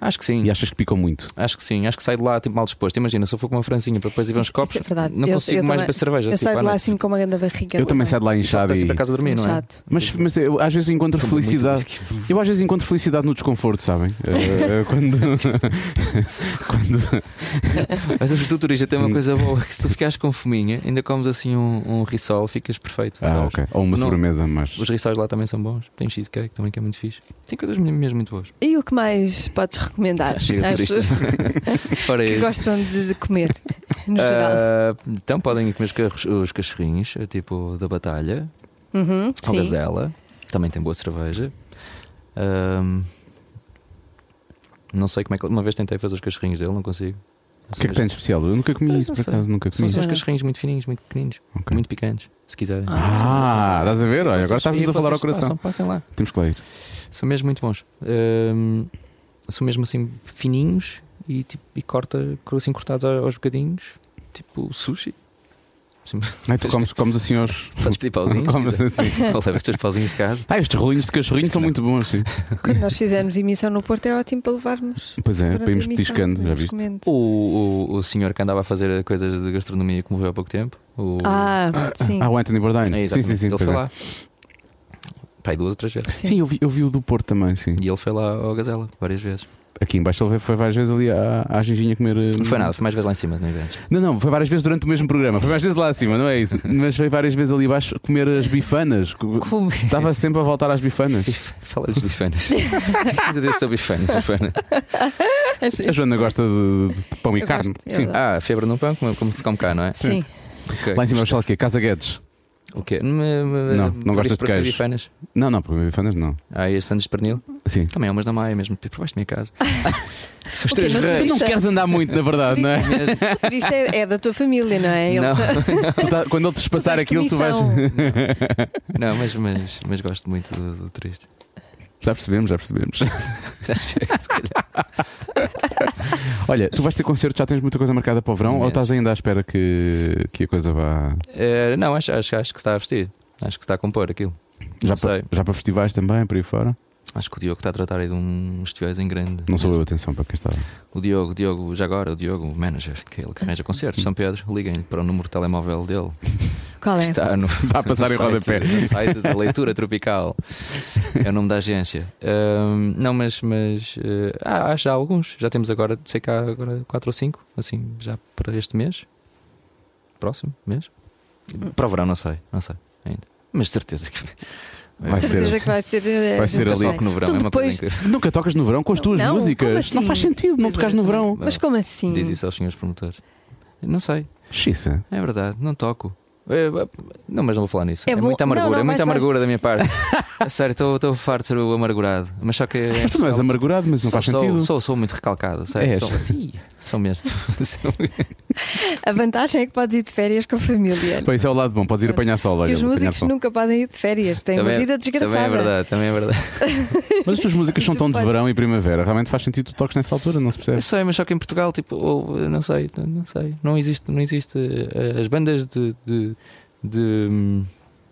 Acho que sim. E achas que picam muito? Acho que sim, acho que sai de lá tipo, mal disposto. Imagina, se eu for com uma francinha para depois ir ver uns Isso- copos, isso é verdade. não Eu- consigo eu mais também- beber cerveja. Eu tipo, saio à de lá noite. assim com uma grande barriga. Eu também saio de lá Só inchado para ir e. para casa dormir, não é? Chato. Mas, mas eu às vezes encontro Tomo muito felicidade. whisky. Eu às vezes encontro felicidade no desconforto, sabem? Eh, quando. quando. Mas a do turista tem uma Hum. coisa boa: que se tu ficares com fominha, ainda comes assim um, um rissol, ficas perfeito. Ah, sabes? ok. Ou uma Não- sobremesa, mas. Os rissóis lá também são bons. Tem cheesecake também, que é muito fixe. Tem coisas mesmo muito boas. E o que mais podes recomendar Chega às turista. pessoas Fora que isso. gostam de, de comer, no geral? Ah, então podem comer os, carros- os cachorrinhos, eh, tipo da Batalha, Uhum, ou sim. Gazela. Também tem boa cerveja. Ahm, não sei como é que. Uma vez tentei fazer os cachorrinhos dele, não consigo. O que é que tem de especial? Eu nunca comi Ah, isso, não por sei. acaso, nunca São comi. assim uns Não. cachorrinhos muito fininhos, muito pequeninos, Ok. muito picantes, se quiserem. Ah, estás a ver? Olha, agora Vocês- estás-nos e a falar ao vocês coração. Passam, passem lá. Temos que lá ir. São mesmo muito bons. Ahm, são mesmo assim fininhos e, tipo, e corta, assim cortados aos bocadinhos, tipo sushi. Assim, Ai, tu comes, comes assim aos. podes pedir pauzinhos. Comes assim. Leva os teus pauzinhos de casa. Ah, estes rolinhos de cachorrinho são muito bons, sim. Quando nós fizermos emissão no Porto é ótimo para levarmos. Pois é, para irmos emissão, petiscando, já irmos viste? comendo. O, o, o senhor que andava a fazer coisas de gastronomia que morreu há pouco tempo. O... Ah, sim. Ah, o Anthony Bourdain. É, Sim, exatamente. sim, sim. Ele pois foi é. lá. Pai, duas ou três vezes. Sim, eu vi, eu vi o do Porto também, sim. E ele foi lá ao Gazela várias vezes. Aqui em baixo ele foi várias vezes ali à, à Ginginha comer. eh, Não foi nada, foi mais vezes lá em cima no evento. Não, não, foi várias vezes durante o mesmo programa. Foi várias vezes lá acima, não é isso? Mas foi várias vezes ali abaixo comer as bifanas. Como? Estava sempre a voltar às bifanas. Fala dos bifanas. O que tens a dizer sobre bifanas? Bifana? Sim. A Joana gosta de, de pão e Eu carne. gosto, eu Sim. adoro. Ah, febre no pão, como, como se come cá, não é? Sim. Ok. Lá em cima é o quê? Casa Guedes. O quê? Me- me- Não, por não gostas isso de procura queijo. bifanas? Não, não, para bifanas não. Ah, e as sandes de pernil? Sim. Também é umas da Maia mesmo, por baixo da minha casa. São os O quê? três Não te reis. Tu não Turista. queres andar muito, na verdade, não é? Isto é, é da tua família, não é? Eles- Não. Tu tá- quando ele te espaçar Tu dás aquilo, tu vais. comissão. Não, mas, mas, mas gosto muito do, do turista. Já percebemos, já percebemos. Já chega, se calhar. Olha, tu vais ter concerto, já tens muita coisa marcada para o verão Imenso. ou estás ainda à espera que, que a coisa vá. Eh, não, acho, acho, acho que está a vestir. Acho que está a compor aquilo. Já Não para, sei. já para festivais também, por aí fora? Acho que o Diogo está a tratar aí de uns festivais em grande. Não sou eu, atenção para quem está. O Diogo, o Diogo, já agora, o Diogo, o manager, que é ele que arranja concertos, São Pedro, liguem-lhe para o número de telemóvel dele. Qual é? Está no, Está a passar no em site- rodapé. No site da Leitura Tropical. É o nome da agência. Ahm, não, mas, mas eh, ah, há já alguns. Já temos agora, sei que há agora quatro ou cinco, assim, já para este mês. Próximo mês. Para o verão, não sei, não sei ainda. Mas de certeza que Vai De ser. certeza que vais ter. eh, Vai ser nunca ali. sei. Só que no verão Tu é uma coisa depois- incrível. Nunca tocas no verão com as tuas Não, músicas. como assim? Não faz sentido, não Pois tocas é, no também. verão. Mas como assim? Diz isso aos senhores promotores. Não sei, Xissa. é verdade, não toco. É, não, mas não vou falar nisso. É É, bom- muita amargura, não, não, é muita vais- amargura da minha parte. A sério, estou farto de ser o amargurado. Mas só que. Mas tu não és amargurado, mas não sou, faz sentido. Sou, sou, sou muito recalcado, sério. És. Sou assim. Sou mesmo. Sou- A vantagem é que podes ir de férias com a família. Pô, isso é o lado bom, podes ir apanhar sol. Que Olha, os apanhar músicos sol. nunca podem ir de férias, têm Também- uma vida desgraçada. Também é verdade, também é verdade. Mas as tuas músicas são Tu tão de podes. verão e primavera. Realmente faz sentido tu toques nessa altura, não se Eu percebe? sei, mas só que em Portugal, tipo, ou, não sei, não sei. Não existe, não existe. eh, As bandas de. de, de, hum,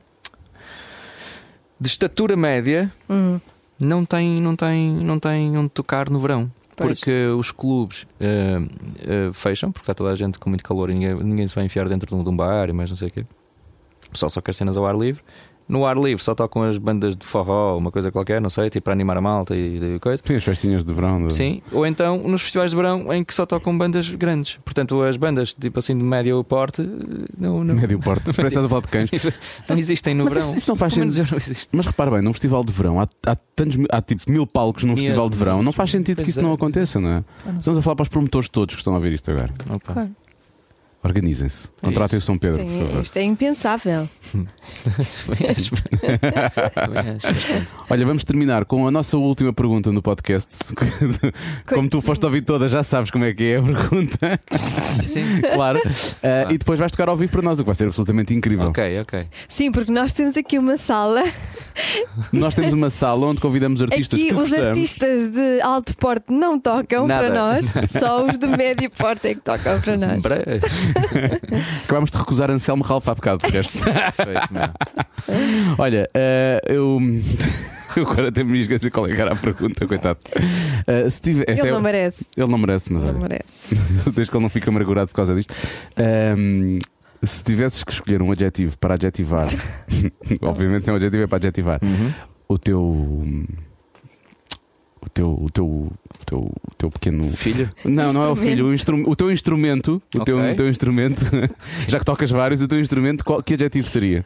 de estatura média Hum, não têm, não têm, não têm onde tocar no verão. Pois. Porque os clubes eh, eh, fecham, porque está toda a gente com muito calor e ninguém, ninguém se vai enfiar dentro de um, de um bar e mais não sei o quê. O pessoal só quer cenas ao ar livre. No ar livre só tocam as bandas de forró, uma coisa qualquer, não sei, tipo para animar a malta e, e coisa. Sim, as festinhas de verão. de- Sim, ou então nos festivais de verão em que só tocam bandas grandes. Portanto, as bandas tipo assim de médio porte não, não, Médio porte. Parece que estás a falar de cães. não existem no Mas verão. isso- isso não faz Pelo menos sentido. eu não existe. Mas repara bem, num festival de verão há, há, tantos, há tipo mil palcos num Mil. festival de verão. Não faz sentido Pois que isso é. não aconteça, não é? Estamos a falar para os promotores todos que estão a ver isto agora. Opa. claro. Organizem-se. É Contratem o isso. São Pedro, Sim, por favor. isto é impensável. Também acho. Também acho bastante. Olha, vamos terminar com a nossa última pergunta no podcast. Como tu foste ouvir toda, já sabes como é que é a pergunta. Sim. Claro. Uh, e depois vais tocar ao vivo para nós, o que vai ser absolutamente incrível. Ok, ok. Sim, porque nós temos aqui uma sala. Nós temos uma sala onde convidamos artistas Aqui que os gostamos. artistas de alto porte não tocam Nada. para nós, só os de médio porte é que tocam para nós. Bre- Acabámos de recusar Anselmo Ralph há bocado, por resto. Perfeito, meu. Olha, uh, eu. Agora até me esqueci qual é que era a pergunta, coitado. Uh, se tiver, esta Ele é... não merece. Ele não merece, mas Não olha. merece. Desde que ele não fica amargurado por causa disto. Um, se tivesses que escolher um adjetivo para adjetivar, obviamente é um adjetivo é para adjetivar, Uhum. o teu. O teu, o teu, o teu, o teu pequeno Filho? Não, não é o Instrumento. filho, o, instru... o teu instrumento, o, teu, Ok. o teu instrumento, já que tocas vários, o teu instrumento, qual... que adjetivo seria?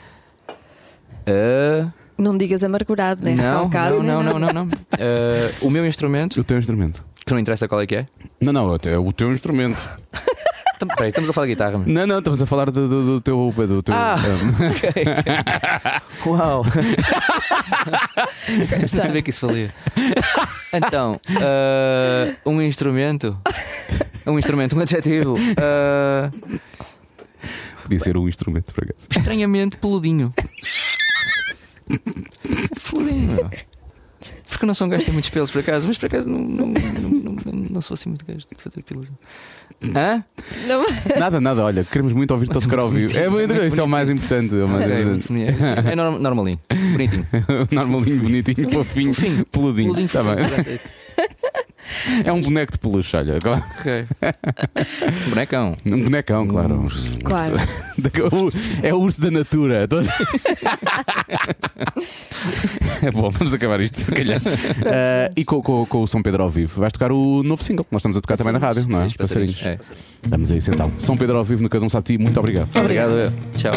Uh, Não digas amargurado, né? não, Recalcado, não, nem não, não, nada. não, não. Uh, o meu instrumento, O teu instrumento. que não interessa qual é que é. Não, não, é o teu instrumento. Tam- Peraí, estamos a falar de guitarra. Não, não, estamos a falar do, do, do teu. Do teu Ah. um, Uau! Não sabia que isso valia. Então, uh, um instrumento. Um instrumento, um adjetivo. Uh, podia ser um instrumento, por acaso. estranhamente peludinho. Peludinho, meu. Porque eu não sou um gajo que tem muitos pelos por acaso, mas por acaso não, não, não, não, não, não sou assim muito gajo de fazer pelos. Hã? Não. Nada, nada, olha, queremos muito ouvir-te Mas a tocar muito ao vivo. É muito, bonitinho, isso é o mais importante. É o mais É, importante. é, é norm- normalinho, bonitinho. Normalinho, bonitinho, fofinho, Fofinho. peludinho. Peludinho, Tá bem. fofinho. É um boneco de peluche, olha. Agora- Ok. Bonecão. Um bonecão, claro. Claro. É o urso da natura. É bom, vamos acabar isto, se calhar. Uh, e com, com, com o São Pedro ao vivo, vais tocar o novo single que nós estamos a tocar também na rádio, não é? Sim, passarinhos. É. Vamos a isso então. São Pedro ao vivo no Cada Um Sabe de Ti. Muito obrigado. Obrigado. Tchau.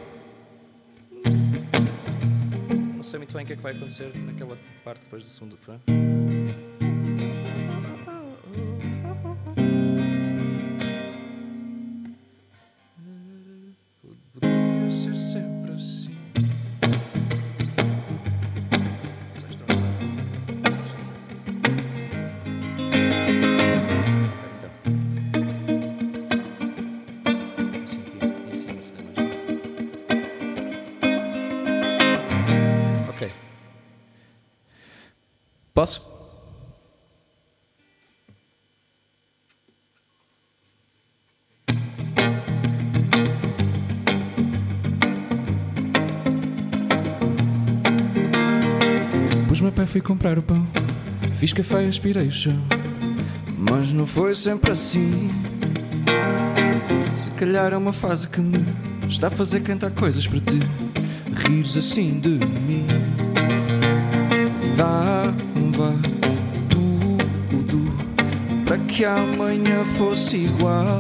Não sei muito bem o que é que vai acontecer naquela parte depois do segundo refrão. Podia ser sempre assim. Ok. Posso? Pus-me a pé, fui comprar o pão. Fiz café, aspirei o chão. Mas não foi sempre assim. Se calhar é uma fase que me está a fazer cantar coisas para ti. Rires assim de mim. Vá, vá, tudo para que amanhã fosse igual.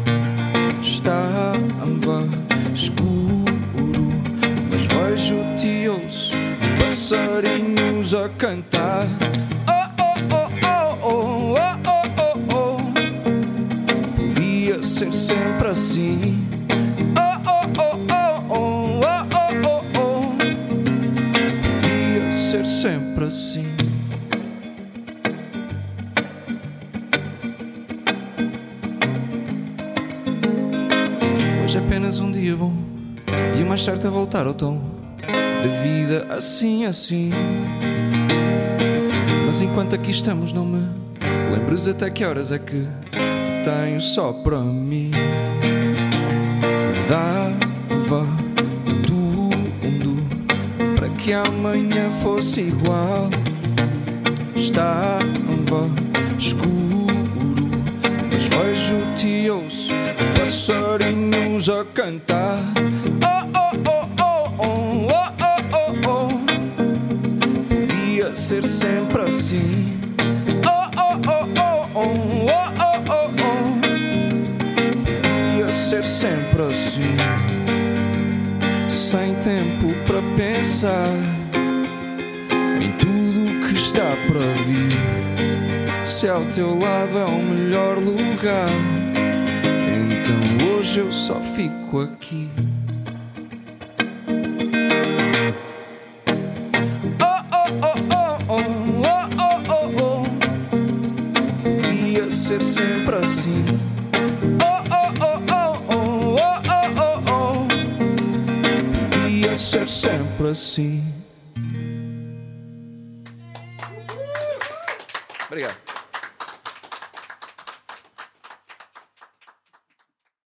Estava escuro, mas vejo-te e ouço passarinhos a cantar. Oh, oh, oh, oh, oh, oh, oh, oh. Podia ser sempre assim. Oh, oh, oh, oh, oh, oh, oh, oh. Podia ser sempre assim. Hoje é apenas um dia bom e o mais certo é voltar ao tom da vida assim, assim. Mas enquanto aqui estamos não me lembres até que horas é que te tenho só para mim. Dava tudo para que amanhã fosse igual. Estava escuro, mas vejo-te e ouço passarinhos a cantar. Oh, oh, oh, oh, oh, oh, oh, oh. Podia ser sempre assim. Oh, oh, oh, oh, oh, oh, oh, oh. Podia ser sempre assim. Sem tempo para pensar em tudo que está para vir. Se ao teu lado é o melhor lugar, então hoje eu só fico aqui. Oh, oh, oh, oh, oh, oh, oh, oh. Podia ser sempre assim. Oh, oh, oh, oh, oh, oh, oh, oh. Podia ser sempre assim.